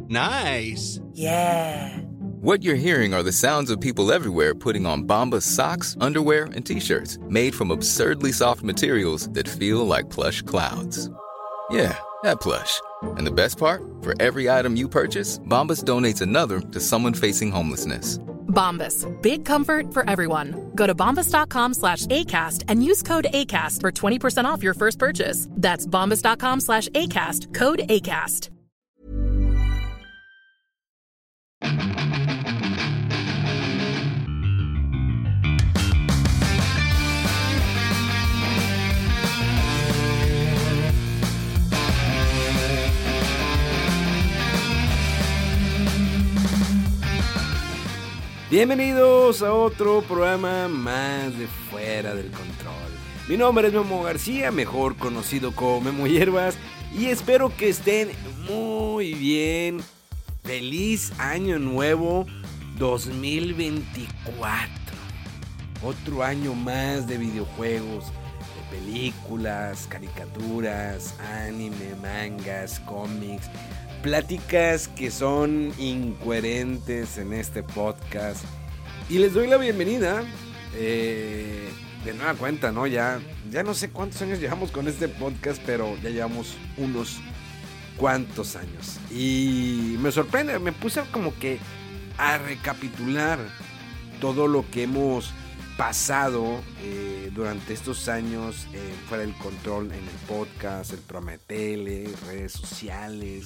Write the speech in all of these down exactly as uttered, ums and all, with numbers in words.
Nice. Yeah. What you're hearing are the sounds of people everywhere putting on Bombas socks, underwear, and T-shirts made from absurdly soft materials that feel like plush clouds. Yeah, that plush. And the best part? For every item you purchase, Bombas donates another to someone facing homelessness. Bombas. Big comfort for everyone. Go to bombas.com slash ACAST and use code ACAST for twenty percent off your first purchase. That's bombas.com slash ACAST. Code ACAST. Bienvenidos a otro programa más de Fuera del Control. Mi nombre es Memo García, mejor conocido como Memo Hierbas, y espero que estén muy bien. Feliz año nuevo dos mil veinticuatro. Otro año más de videojuegos, de películas, caricaturas, anime, mangas, cómics. Pláticas que son incoherentes en este podcast. Y les doy la bienvenida eh, de nueva cuenta, ¿no? Ya, ya no sé cuántos años llevamos con este podcast, pero ya llevamos unos cuantos años. Y me sorprende, me puse como que a recapitular todo lo que hemos pasado eh, durante estos años eh, Fuera del Control, en el podcast, el programa de tele, redes sociales.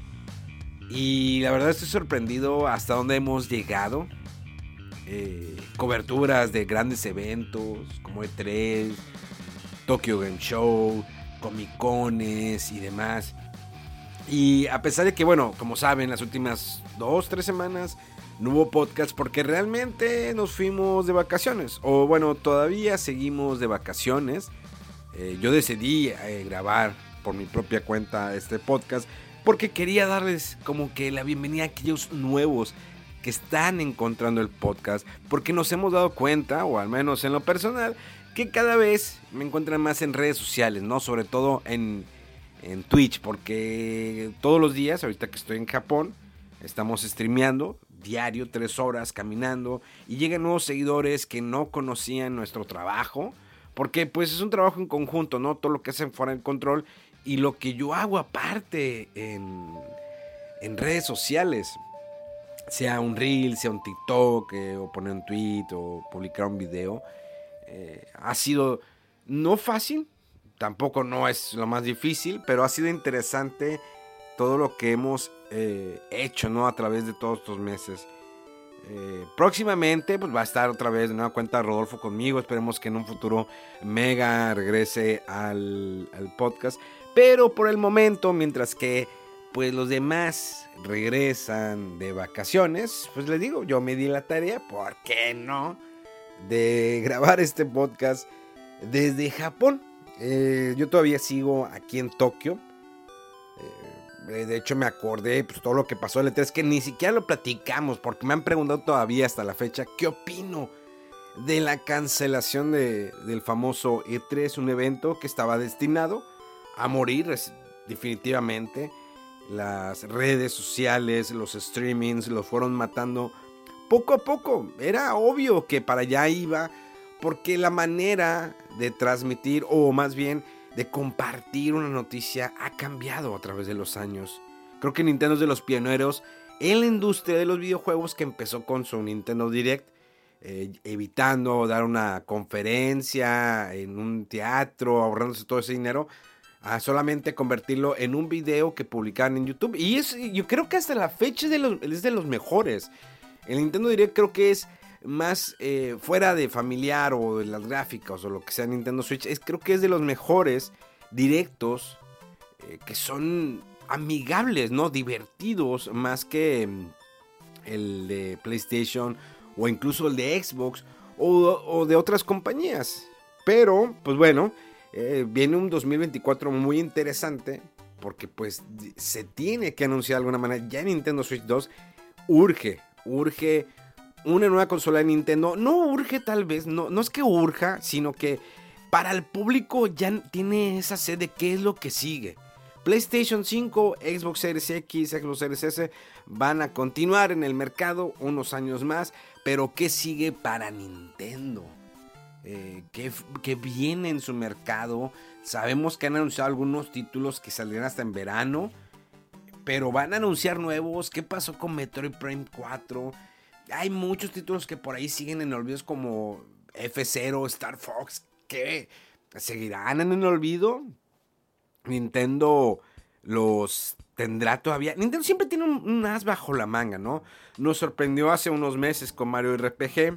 Y la verdad estoy sorprendido hasta dónde hemos llegado. Eh, coberturas de grandes eventos como E tres, Tokyo Game Show, Comic-Cones y demás. Y a pesar de que, bueno, como saben, las últimas dos, tres semanas no hubo podcast porque realmente nos fuimos de vacaciones. O bueno, todavía seguimos de vacaciones. Eh, yo decidí eh, grabar por mi propia cuenta este podcast porque quería darles como que la bienvenida a aquellos nuevos que están encontrando el podcast, porque nos hemos dado cuenta, o al menos en lo personal, que cada vez me encuentran más en redes sociales, ¿no? Sobre todo en, en Twitch, porque todos los días, ahorita que estoy en Japón, estamos streameando diario, tres horas, caminando, y llegan nuevos seguidores que no conocían nuestro trabajo, porque pues es un trabajo en conjunto, ¿no? Todo lo que hacen Fuera del Control y lo que yo hago aparte en, en redes sociales, sea un reel, sea un TikTok, eh, o poner un tweet o publicar un video, eh, ha sido no fácil, tampoco no es lo más difícil, pero ha sido interesante todo lo que hemos eh, hecho, ¿no? A través de todos estos meses. Eh, próximamente pues va a estar otra vez de nueva cuenta Rodolfo conmigo. Esperemos que en un futuro Mega regrese al, al podcast. Pero por el momento, mientras que pues los demás regresan de vacaciones, pues les digo, yo me di la tarea, ¿por qué no?, de grabar este podcast desde Japón. Eh, yo todavía sigo aquí en Tokio. Eh, de hecho me acordé pues todo lo que pasó en el E tres, que ni siquiera lo platicamos, porque me han preguntado todavía hasta la fecha qué opino de la cancelación de, del famoso E tres, un evento que estaba destinado a morir definitivamente. Las redes sociales, los streamings los fueron matando poco a poco. Era obvio que para allá iba, porque la manera de transmitir, o más bien de compartir una noticia, ha cambiado a través de los años. Creo que Nintendo es de los pioneros en la industria de los videojuegos, que empezó con su Nintendo Direct, eh, evitando dar una conferencia en un teatro, ahorrándose todo ese dinero, a solamente convertirlo en un video que publicaban en YouTube. Y es, yo creo que hasta la fecha es de los, es de los mejores. El Nintendo Direct creo que es más eh, fuera de familiar o de las gráficas o lo que sea Nintendo Switch, es, creo que es de los mejores directos eh, que son amigables, ¿no? Divertidos, más que el de PlayStation o incluso el de Xbox o, o de otras compañías. Pero, pues bueno, eh, viene un dos mil veinticuatro muy interesante, porque pues se tiene que anunciar de alguna manera. Ya Nintendo Switch dos urge, urge una nueva consola de Nintendo. No urge tal vez, no, no es que urja, sino que para el público ya tiene esa sed de qué es lo que sigue. PlayStation cinco, Xbox Series X, Xbox Series S van a continuar en el mercado unos años más, pero ¿qué sigue para Nintendo? Eh, ¿qué, ¿Qué viene en su mercado? Sabemos que han anunciado algunos títulos que saldrán hasta en verano, pero van a anunciar nuevos. ¿Qué pasó con Metroid Prime cuatro? Hay muchos títulos que por ahí siguen en olvidos como F cero, Star Fox. ¿Qué? ¿Seguirán en el olvido? Nintendo los tendrá todavía. Nintendo siempre tiene un, un as bajo la manga, ¿no? Nos sorprendió hace unos meses con Mario R P G.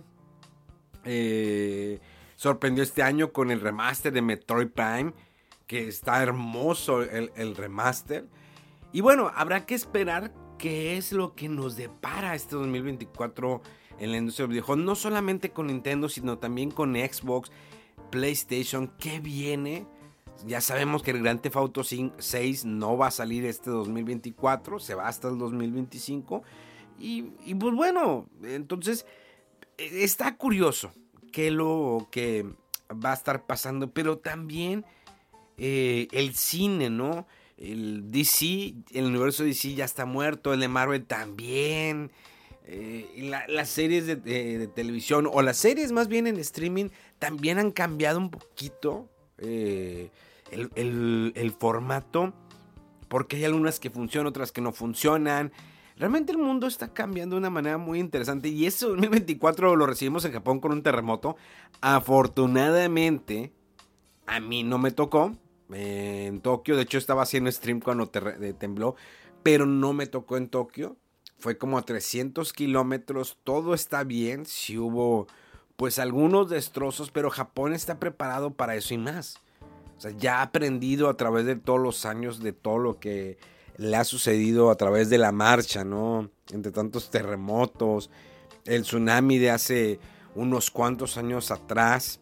Eh, sorprendió este año con el remaster de Metroid Prime, que está hermoso el, el remaster. Y bueno, habrá que esperar qué es lo que nos depara este dos mil veinticuatro en la industria del videojuego. No solamente con Nintendo, sino también con Xbox, PlayStation. ¿Qué viene? Ya sabemos que el Grand Theft Auto seis no va a salir este dos mil veinticuatro, se va hasta el dos mil veinticinco. Y, y pues bueno, entonces está curioso qué es lo que va a estar pasando, pero también eh, el cine, ¿no? El D C, el universo D C ya está muerto, el de Marvel también. Eh, la, las series de, de, de televisión, o las series más bien en streaming, también han cambiado un poquito. Eh, El, el, el formato, porque hay algunas que funcionan, otras que no funcionan. Realmente el mundo está cambiando de una manera muy interesante, y este dos mil veinticuatro lo recibimos en Japón con un terremoto. Afortunadamente a mí no me tocó eh, en Tokio. De hecho estaba haciendo stream cuando te, tembló, pero no me tocó en Tokio. Fue como a trescientos kilómetros. Todo está bien, sí hubo pues algunos destrozos, pero Japón está preparado para eso y más. O sea, ya ha aprendido a través de todos los años de todo lo que le ha sucedido a través de la marcha, ¿no? Entre tantos terremotos, el tsunami de hace unos cuantos años atrás,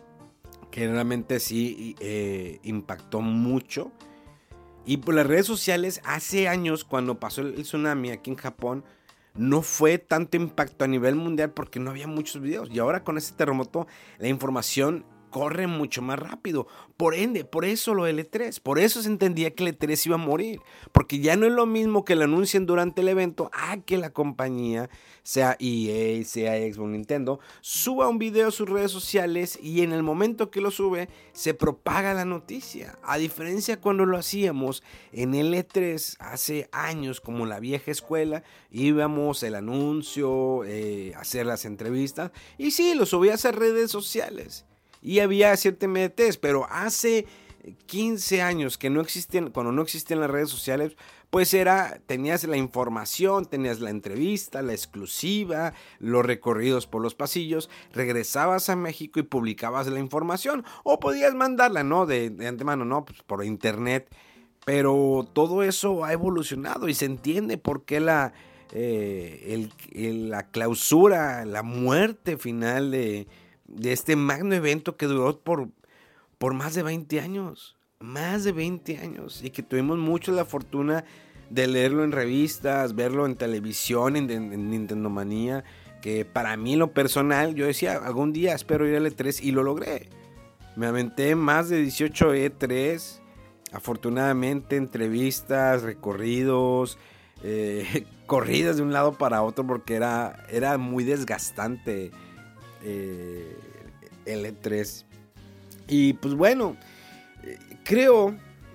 que realmente sí eh, impactó mucho. Y por las redes sociales, hace años cuando pasó el tsunami aquí en Japón, no fue tanto impacto a nivel mundial porque no había muchos videos. Y ahora con este terremoto, la información corre mucho más rápido. Por ende, por eso lo L tres. Por eso se entendía que el E tres iba a morir. Porque ya no es lo mismo que lo anuncien durante el evento a que la compañía, sea E A, sea Xbox, Nintendo, suba un video a sus redes sociales y en el momento que lo sube se propaga la noticia. A diferencia cuando lo hacíamos en el E tres hace años, como la vieja escuela, íbamos el anuncio, eh, hacer las entrevistas y sí, lo subías a redes sociales. Y había cierta inmediatez, pero hace quince años que no existían, cuando no existían las redes sociales, pues era, tenías la información, tenías la entrevista, la exclusiva, los recorridos por los pasillos, regresabas a México y publicabas la información, o podías mandarla, ¿no? De, de antemano, ¿no? Pues por internet, pero todo eso ha evolucionado y se entiende por qué la, eh, el, el, la clausura, la muerte final de... de este magno evento que duró por, por más de veinte años, más de veinte años, y que tuvimos mucho la fortuna de leerlo en revistas, verlo en televisión, en, en, en Nintendo Manía, que para mí en lo personal, yo decía, algún día espero ir al E tres, y lo logré. Me aventé más de dieciocho E tres, afortunadamente, entrevistas, recorridos, eh, corridas de un lado para otro, porque era, era muy desgastante Eh, el E tres. Y pues bueno, eh, creo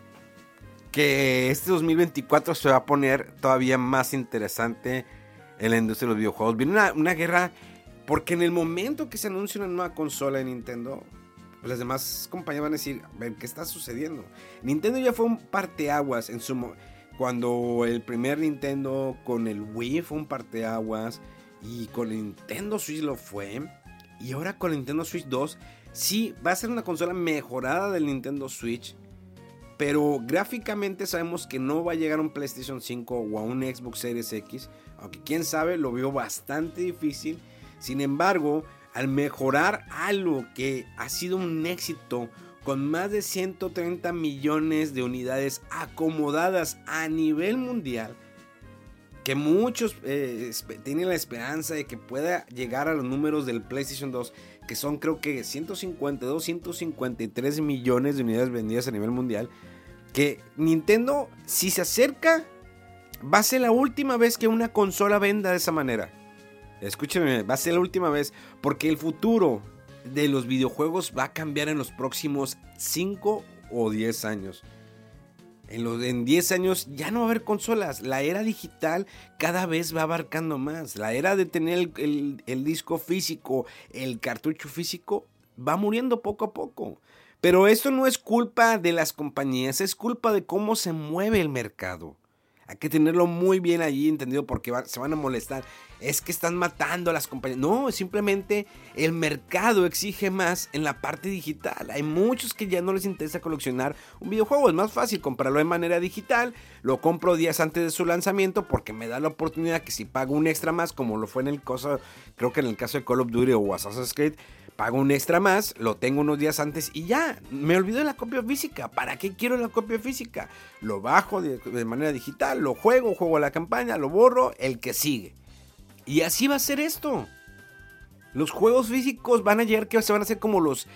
que este dos mil veinticuatro se va a poner todavía más interesante en la industria de los videojuegos. Viene una, una guerra, porque en el momento que se anuncia una nueva consola de Nintendo, pues las demás compañías van a decir, a ver, ¿qué está sucediendo? Nintendo ya fue un parteaguas en su mo- cuando el primer Nintendo con el Wii fue un parteaguas, y con el Nintendo Switch lo fue. Y ahora con el Nintendo Switch dos, sí, va a ser una consola mejorada del Nintendo Switch, pero gráficamente sabemos que no va a llegar a un PlayStation cinco o a un Xbox Series X, aunque quién sabe, lo veo bastante difícil. Sin embargo, al mejorar algo que ha sido un éxito, con más de ciento treinta millones de unidades acomodadas a nivel mundial, que muchos eh, tienen la esperanza de que pueda llegar a los números del PlayStation dos, que son creo que ciento cincuenta y dos, ciento cincuenta y tres millones de unidades vendidas a nivel mundial. que Nintendo, si se acerca, va a ser la última vez que una consola venda de esa manera. Escúcheme, va a ser la última vez, porque el futuro de los videojuegos va a cambiar en los próximos cinco o diez años. En, los, en diez años ya no va a haber consolas. La era digital cada vez va abarcando más. La era de tener el, el, el disco físico, el cartucho físico, va muriendo poco a poco. Pero esto no es culpa de las compañías, es culpa de cómo se mueve el mercado. Hay que tenerlo muy bien allí entendido, porque va, se van a molestar. Es que están matando a las compañías. No, simplemente el mercado exige más en la parte digital. Hay muchos que ya no les interesa coleccionar un videojuego. Es más fácil comprarlo de manera digital. Lo compro días antes de su lanzamiento porque me da la oportunidad que si pago un extra más, como lo fue en el caso, creo que en el caso de Call of Duty o Assassin's Creed, pago un extra más, lo tengo unos días antes y ya, me olvido de la copia física. ¿Para qué quiero la copia física? Lo bajo de, de manera digital, lo juego, juego la campaña, lo borro, el que sigue. Y así va a ser esto. Los juegos físicos van a llegar, que se van a hacer como los,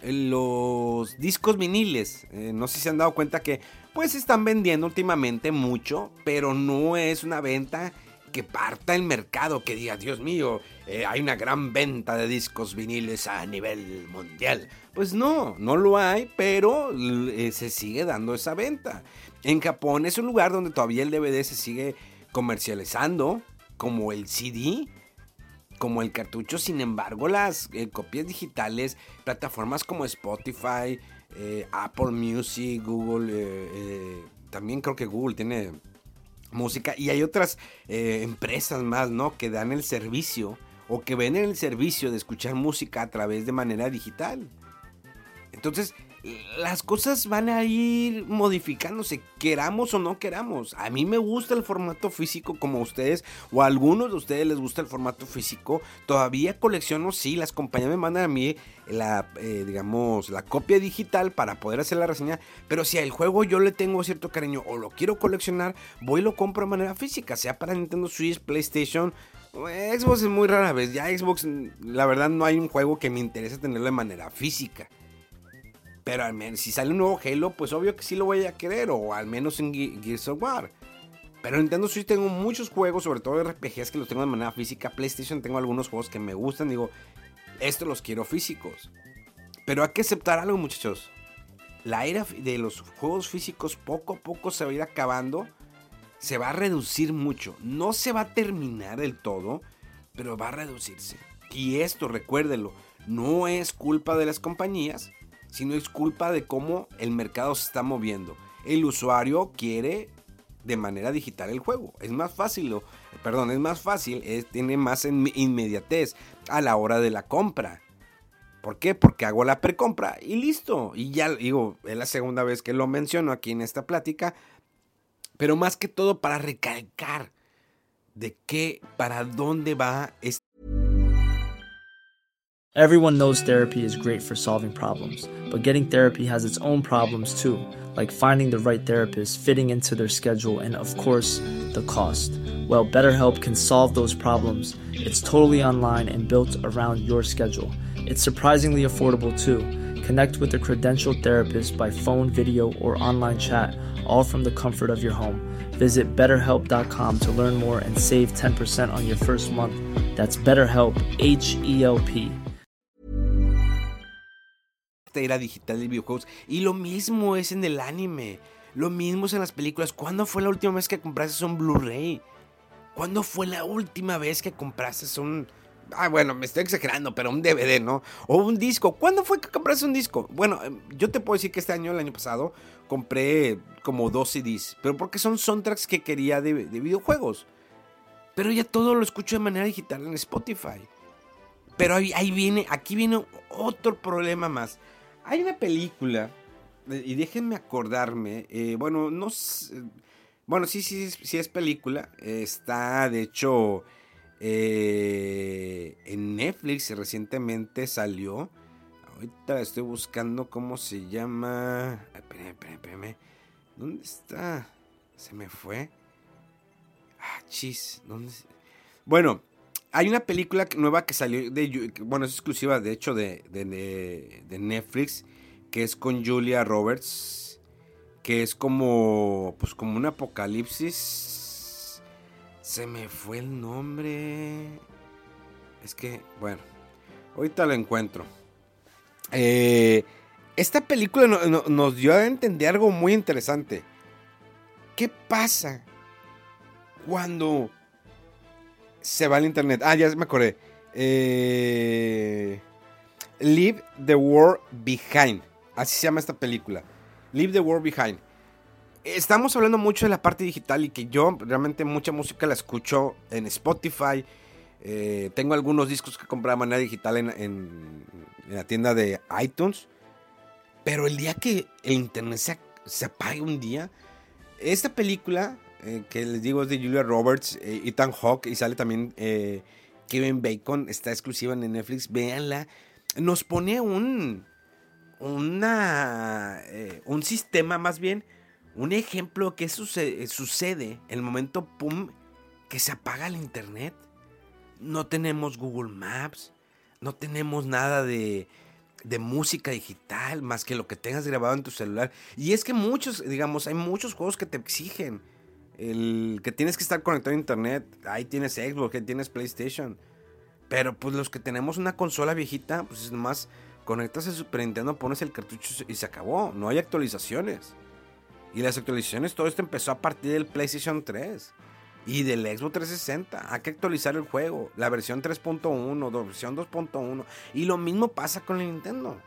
los discos viniles. Eh, no sé si se han dado cuenta que pues se están vendiendo últimamente mucho, pero no es una venta que parta el mercado, que diga, Dios mío, eh, hay una gran venta de discos viniles a nivel mundial. Pues no, no lo hay, pero eh, se sigue dando esa venta. En Japón es un lugar donde todavía el D V D se sigue comercializando, como el C D, como el cartucho. Sin embargo, las eh, copias digitales, plataformas como Spotify, eh, Apple Music, Google, eh, eh, también creo que Google tiene música, y hay otras eh, empresas más, ¿no?, que dan el servicio o que venden el servicio de escuchar música a través de manera digital. Entonces, las cosas van a ir modificándose, queramos o no queramos. A mí me gusta el formato físico, como a ustedes, o a algunos de ustedes les gusta el formato físico. Todavía colecciono, sí, las compañías me mandan a mí la, eh, digamos, la copia digital para poder hacer la reseña. Pero si al juego yo le tengo cierto cariño o lo quiero coleccionar, voy y lo compro de manera física, sea para Nintendo Switch, PlayStation. Xbox es muy rara vez. Ya Xbox, la verdad, no hay un juego que me interese tenerlo de manera física. Pero al menos si sale un nuevo Halo, pues obvio que sí lo voy a querer, o al menos en Ge- Gears of War. Pero en Nintendo Switch tengo muchos juegos, sobre todo R P Gs, que los tengo de manera física. PlayStation tengo algunos juegos que me gustan, digo, estos los quiero físicos. Pero hay que aceptar algo, muchachos. La era de los juegos físicos poco a poco se va a ir acabando. Se va a reducir mucho. No se va a terminar del todo, pero va a reducirse. Y esto, recuérdenlo, no es culpa de las compañías, sino es culpa de cómo el mercado se está moviendo. El usuario quiere de manera digital el juego. Es más fácil, lo, perdón, es más fácil, es, tiene más inmediatez a la hora de la compra. ¿Por qué? Porque hago la precompra y listo. Y ya digo, es la segunda vez que lo menciono aquí en esta plática. Pero más que todo para recalcar de qué, para dónde va este. Everyone knows therapy is great for solving problems, but getting therapy has its own problems too, like finding the right therapist, fitting into their schedule, and of course, the cost. Well, BetterHelp can solve those problems. It's totally online and built around your schedule. It's surprisingly affordable too. Connect with a credentialed therapist by phone, video, or online chat, all from the comfort of your home. Visit better help dot com to learn more and save ten percent on your first month. That's BetterHelp, H E L P. Era digital de videojuegos, y lo mismo es en el anime, lo mismo es en las películas. ¿Cuándo fue la última vez que compraste un Blu-ray? ¿Cuándo fue la última vez que compraste un... Ah, bueno, me estoy exagerando, pero un D V D, ¿no? O un disco. ¿Cuándo fue que compraste un disco? Bueno, yo te puedo decir que este año, el año pasado, compré como dos C Ds, pero porque son soundtracks que quería de, de videojuegos. Pero ya todo lo escucho de manera digital en Spotify. Pero ahí, ahí viene, aquí viene otro problema más. Hay una película, y déjenme acordarme, eh, bueno, no sé, bueno, sí, sí, sí es película, está de hecho eh, en Netflix, recientemente salió, ahorita estoy buscando cómo se llama, espérame, espérame, espérame, ¿dónde está? Se me fue, ah, chis, ¿dónde? Bueno, hay una película nueva que salió, de, bueno, es exclusiva de hecho de, de, de Netflix, que es con Julia Roberts, que es como, pues como un apocalipsis. Se me fue el nombre. Es que, bueno, ahorita lo encuentro. Eh, esta película no, no, nos dio a entender algo muy interesante. ¿Qué pasa cuando se va al internet? Ah, ya me acordé. Eh, Leave the World Behind. Así se llama esta película. Leave the World Behind. Estamos hablando mucho de la parte digital y que yo realmente mucha música la escucho en Spotify. Eh, tengo algunos discos que compré de manera digital en, en, en la tienda de iTunes. Pero el día que el internet se, se apague un día, esta película eh, que les digo es de Julia Roberts, eh, Ethan Hawke y sale también eh, Kevin Bacon, está exclusiva en Netflix. Véanla. Nos pone un una eh, un sistema, más bien un ejemplo que sucede, sucede en el momento pum que se apaga el internet. No tenemos Google Maps, no tenemos nada de, de música digital más que lo que tengas grabado en tu celular. Y es que muchos, digamos, hay muchos juegos que te exigen el que tienes que estar conectado a internet. Ahí tienes Xbox, ahí tienes PlayStation. Pero pues los que tenemos una consola viejita, pues es nomás conectas el Super Nintendo, pones el cartucho y se acabó. No hay actualizaciones. Y las actualizaciones, todo esto empezó a partir del PlayStation tres y del Xbox trescientos sesenta. Hay que actualizar el juego, la versión tres punto uno, la versión dos punto uno. Y lo mismo pasa con el Nintendo.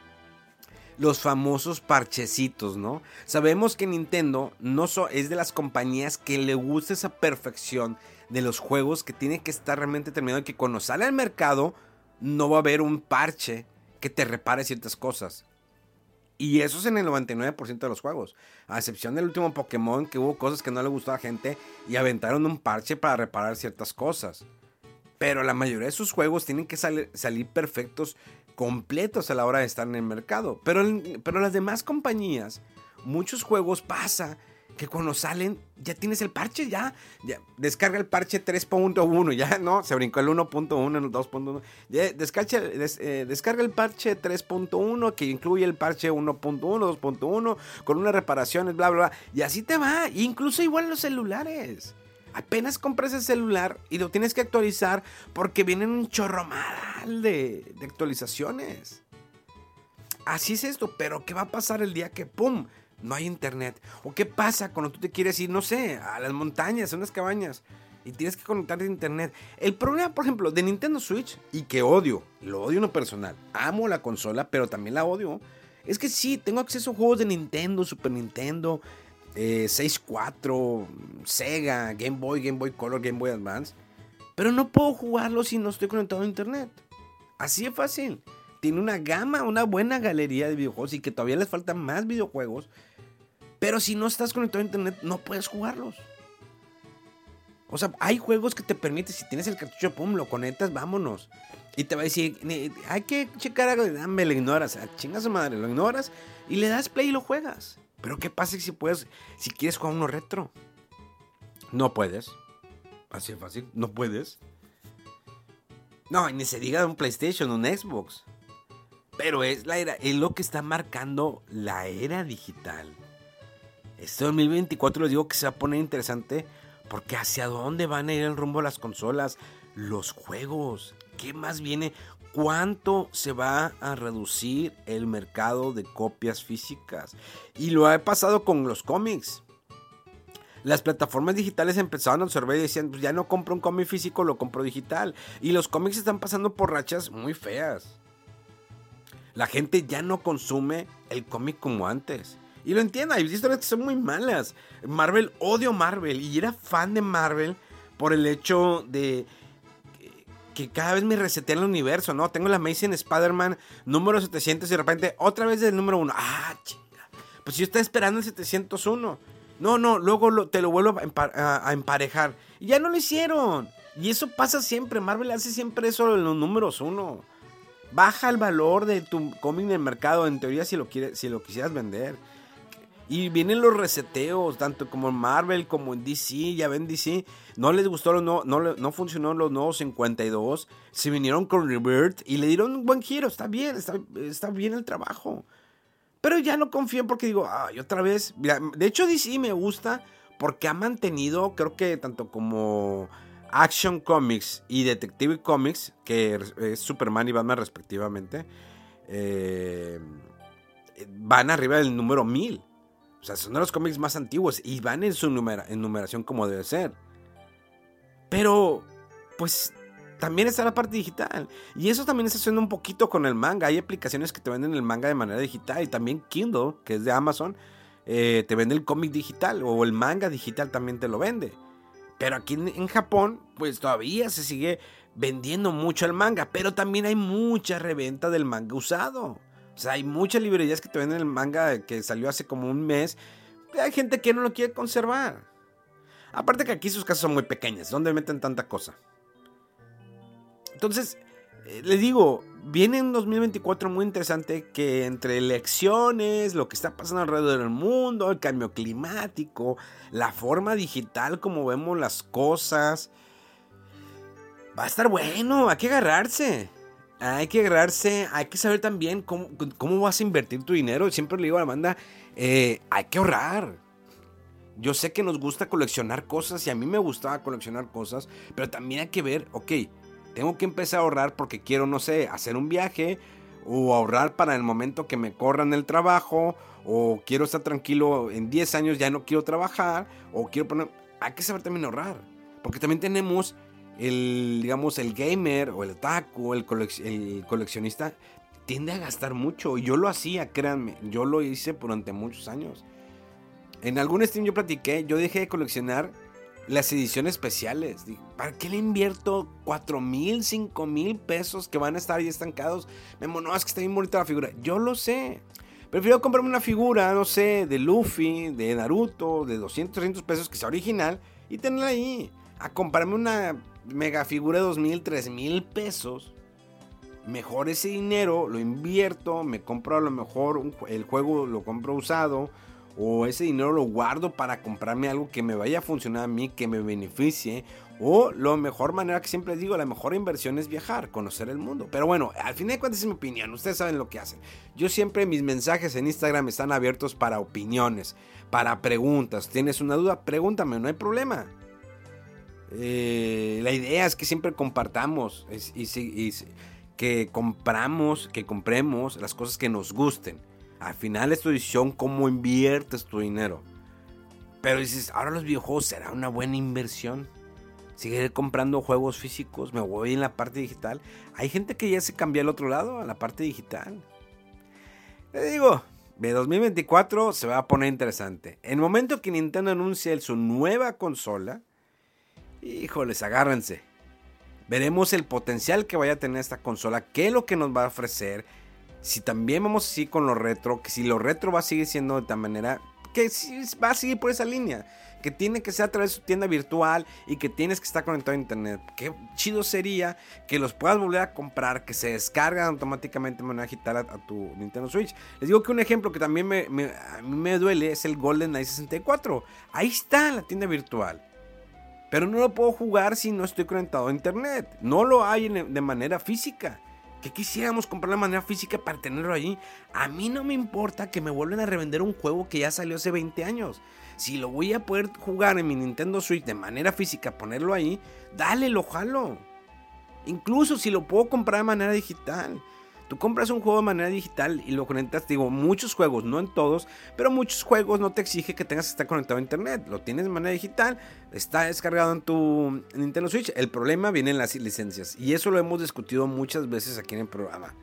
Los famosos parchecitos, ¿no? Sabemos que Nintendo no so, es de las compañías que le gusta esa perfección de los juegos, que tiene que estar realmente terminado y que cuando sale al mercado no va a haber un parche que te repare ciertas cosas. Y eso es en el noventa y nueve por ciento de los juegos, a excepción del último Pokémon, que hubo cosas que no le gustó a la gente y aventaron un parche para reparar ciertas cosas. Pero la mayoría de sus juegos tienen que salir, salir perfectos, completos a la hora de estar en el mercado. Pero, pero las demás compañías, muchos juegos pasa que cuando salen ya tienes el parche, ya, ya descarga el parche tres punto uno, ya no, se brincó el uno punto uno, el dos punto uno, ya, descarga, des, eh, descarga el parche tres punto uno que incluye el parche uno punto uno, dos punto uno con unas reparaciones, bla, bla, bla, y así te va. Incluso igual los celulares. Apenas compras el celular y lo tienes que actualizar porque vienen un chorromadal de, de actualizaciones. Así es esto, pero ¿qué va a pasar el día que pum? No hay internet. ¿O qué pasa cuando tú te quieres ir, no sé, a las montañas, a unas cabañas y tienes que conectarte a internet? El problema, por ejemplo, de Nintendo Switch, y que odio, lo odio en lo personal, amo la consola, pero también la odio, es que sí, tengo acceso a juegos de Nintendo, Super Nintendo, eh, sesenta y cuatro, Sega, Game Boy, Game Boy Color, Game Boy Advance, pero no puedo jugarlo si no estoy conectado a internet. Así de fácil. Tiene una gama, una buena galería de videojuegos y que todavía les faltan más videojuegos. Pero si no estás conectado a internet, no puedes jugarlos. O sea, hay juegos que te permiten, si tienes el cartucho, pum, lo conectas, vámonos. Y te va a decir, hay que checar algo, me lo ignoras, a chinga su madre, lo ignoras y le das play y lo juegas. Pero ¿qué pasa si puedes, si quieres jugar uno retro? No puedes. Así de fácil, no puedes. No, ni se diga un PlayStation, un Xbox. Pero es la era, es lo que está marcando la era digital. Este dos mil veinticuatro les digo que se va a poner interesante porque hacia dónde van a ir el rumbo las consolas, los juegos, ¿qué más viene? ¿Cuánto se va a reducir el mercado de copias físicas? Y lo ha pasado con los cómics. Las plataformas digitales empezaron a observar y decían, pues ya no compro un cómic físico, lo compro digital. Y los cómics están pasando por rachas muy feas. La gente ya no consume el cómic como antes. Y lo entiendo, hay historias que son muy malas. Marvel, odio Marvel. Y era fan de Marvel por el hecho de que, que cada vez me resetea el universo, ¿no? Tengo la Amazing Spider-Man número setecientos y de repente otra vez del número uno. ¡Ah, chinga! Pues yo estaba esperando el setecientos uno. No, no, luego lo, te lo vuelvo a, empa- a, a emparejar. Y ya no lo hicieron. Y eso pasa siempre. Marvel hace siempre eso en los números uno. Baja el valor de tu cómic en el mercado, en teoría, si lo, quiere, si lo quisieras vender. Y vienen los reseteos, tanto como en Marvel como en D C. Ya ven D C, no les gustó, los no, no, no funcionó los nuevos cincuenta y dos. Se vinieron con Rebirth y le dieron un buen giro. Está bien, está, está bien el trabajo. Pero ya no confío porque digo, ay, otra vez. Mira, de hecho, D C me gusta porque ha mantenido, creo que tanto como Action Comics y Detective Comics, que es Superman y Batman respectivamente, eh, van arriba del número mil. O sea, son de los cómics más antiguos y van en su numera, en numeración como debe ser. Pero, pues, también está la parte digital. Y eso también está haciendo un poquito con el manga. Hay aplicaciones que te venden el manga de manera digital. Y también Kindle, que es de Amazon, eh, te vende el cómic digital. O el manga digital también te lo vende. Pero aquí en, en Japón, pues todavía se sigue vendiendo mucho el manga. Pero también hay mucha reventa del manga usado. O sea, hay muchas librerías que te venden el manga que salió hace como un mes. Hay gente que no lo quiere conservar. Aparte que aquí sus casas son muy pequeñas. ¿Dónde meten tanta cosa? Entonces, eh, les digo, viene un dos mil veinticuatro muy interesante que entre elecciones, lo que está pasando alrededor del mundo, el cambio climático, la forma digital como vemos las cosas, va a estar bueno, hay que agarrarse. Hay que agarrarse, hay que saber también cómo, cómo vas a invertir tu dinero. Siempre le digo a la banda, eh, hay que ahorrar. Yo sé que nos gusta coleccionar cosas y a mí me gustaba coleccionar cosas, pero también hay que ver, ok, tengo que empezar a ahorrar porque quiero, no sé, hacer un viaje o ahorrar para el momento que me corran el trabajo o quiero estar tranquilo en diez años, ya no quiero trabajar o quiero poner... Hay que saber también ahorrar porque también tenemos el, digamos, el gamer o el otaku, el, colec- el coleccionista tiende a gastar mucho y yo lo hacía, créanme, yo lo hice durante muchos años. En algún stream yo platiqué, yo dejé de coleccionar las ediciones especiales. ¿Para qué le invierto cuatro mil, cinco mil pesos que van a estar ahí estancados? Memo, no, es que está bien bonita la figura. Yo lo sé. Prefiero comprarme una figura, no sé, de Luffy, de Naruto, de doscientos, trescientos pesos que sea original y tenerla ahí. A comprarme una mega figura de dos mil, tres mil pesos. Mejor ese dinero lo invierto, me compro a lo mejor un, el juego, lo compro usado. O ese dinero lo guardo para comprarme algo que me vaya a funcionar a mí, que me beneficie. O la mejor manera que siempre les digo, la mejor inversión es viajar, conocer el mundo. Pero bueno, al final de cuentas es mi opinión, ustedes saben lo que hacen. Yo siempre, mis mensajes en Instagram están abiertos para opiniones, para preguntas. ¿Tienes una duda? Pregúntame, no hay problema. Eh, la idea es que siempre compartamos es, y, y, y, que compramos, que compremos las cosas que nos gusten. Al final es tu decisión cómo inviertes tu dinero. Pero dices, ahora los videojuegos será una buena inversión. Seguiré comprando juegos físicos, me voy en la parte digital. Hay gente que ya se cambió al otro lado, a la parte digital. Les digo, de dos mil veinticuatro se va a poner interesante. En el momento que Nintendo anuncie su nueva consola, híjoles, agárrense. Veremos el potencial que vaya a tener esta consola, qué es lo que nos va a ofrecer. Si también vamos así con lo retro, que si lo retro va a seguir siendo de tal manera, que sí va a seguir por esa línea, que tiene que ser a través de su tienda virtual y que tienes que estar conectado a internet. Qué chido sería que los puedas volver a comprar, que se descargan automáticamente de manera digital a, a tu Nintendo Switch. Les digo que un ejemplo que también me, me, a mí me duele es el GoldenEye sesenta y cuatro. Ahí está la tienda virtual. Pero no lo puedo jugar si no estoy conectado a internet. No lo hay en, de manera física. Que quisiéramos comprar de manera física para tenerlo ahí. A mí no me importa que me vuelvan a revender un juego que ya salió hace veinte años. Si lo voy a poder jugar en mi Nintendo Switch de manera física, ponerlo ahí, dale, lo jalo. Incluso si lo puedo comprar de manera digital. Tú compras un juego de manera digital y lo conectas, digo, muchos juegos, no en todos, pero muchos juegos no te exige que tengas que estar conectado a internet. Lo tienes de manera digital, está descargado en tu Nintendo Switch. El problema viene en las licencias y eso lo hemos discutido muchas veces aquí en el programa.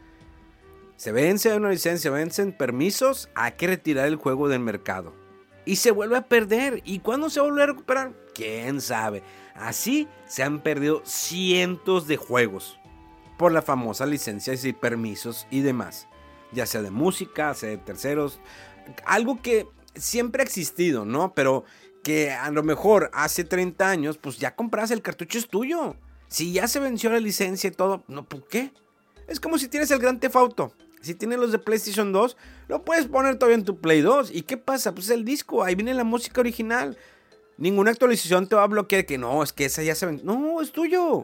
Se vence una licencia, vencen permisos, hay que retirar el juego del mercado. Y se vuelve a perder. ¿Y cuándo se vuelve a recuperar? ¿Quién sabe? Así se han perdido cientos de juegos por las famosas licencias y permisos y demás, ya sea de música, sea de terceros, algo que siempre ha existido, ¿no? Pero que a lo mejor hace treinta años, pues ya compras el cartucho, es tuyo. Si ya se venció la licencia y todo, ¿no? ¿Por qué? Es como si tienes el Grand Theft Auto. Si tienes los de PlayStation dos, lo puedes poner todavía en tu Play dos. ¿Y qué pasa? Pues el disco, ahí viene la música original. Ninguna actualización te va a bloquear que no, es que esa ya se venció. No, es tuyo.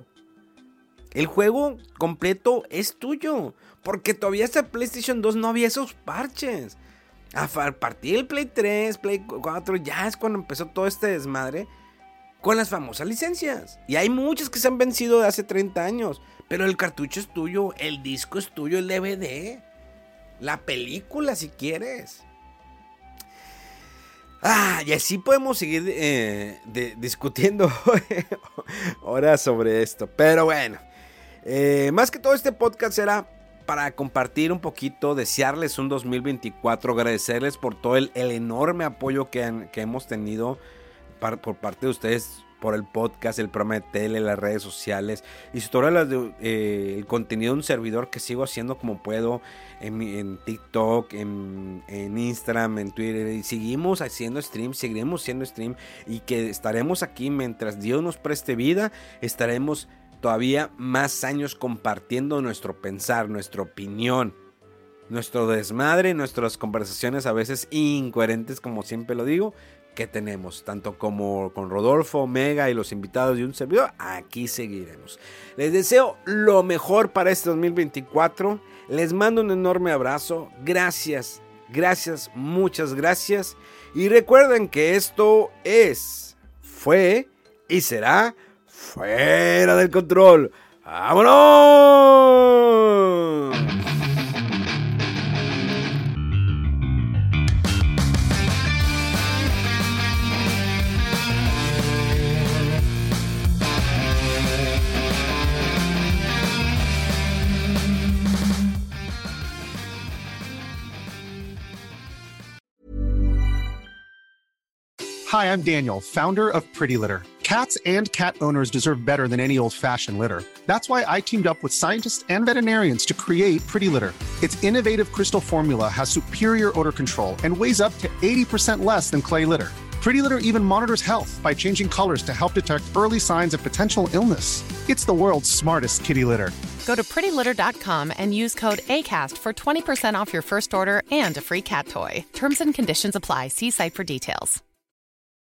El juego completo es tuyo. Porque todavía hasta PlayStation dos no había esos parches. A partir del Play tres, Play cuatro, ya es cuando empezó todo este desmadre con las famosas licencias. Y hay muchas que se han vencido de hace treinta años. Pero el cartucho es tuyo, el disco es tuyo, el D V D, la película si quieres. Ah, y así podemos seguir eh, de, discutiendo horas sobre esto. Pero bueno, eh, más que todo este podcast era para compartir un poquito, desearles un dos mil veinticuatro, agradecerles por todo el, el enorme apoyo que, han, que hemos tenido par, por parte de ustedes, por el podcast, el programa de tele, las redes sociales y sobre todo las de, eh, el contenido de un servidor que sigo haciendo como puedo en, en TikTok, en, en Instagram, en Twitter, y seguimos haciendo stream, seguiremos haciendo stream y que estaremos aquí mientras Dios nos preste vida, estaremos todavía más años compartiendo nuestro pensar, nuestra opinión, nuestro desmadre, nuestras conversaciones a veces incoherentes, como siempre lo digo, que tenemos, tanto como con Rodolfo, Omega y los invitados de un servidor. Aquí seguiremos. Les deseo lo mejor para este dos mil veinticuatro. Les mando un enorme abrazo. Gracias, gracias, muchas gracias. Y recuerden que esto es, fue y será Fuera del Control. ¡Vámonos! Hi, I'm Daniel, founder of Pretty Litter. Cats and cat owners deserve better than any old-fashioned litter. That's why I teamed up with scientists and veterinarians to create Pretty Litter. Its innovative crystal formula has superior odor control and weighs up to eighty percent less than clay litter. Pretty Litter even monitors health by changing colors to help detect early signs of potential illness. It's the world's smartest kitty litter. Go to pretty litter dot com and use code ACAST for twenty percent off your first order and a free cat toy. Terms and conditions apply. See site for details.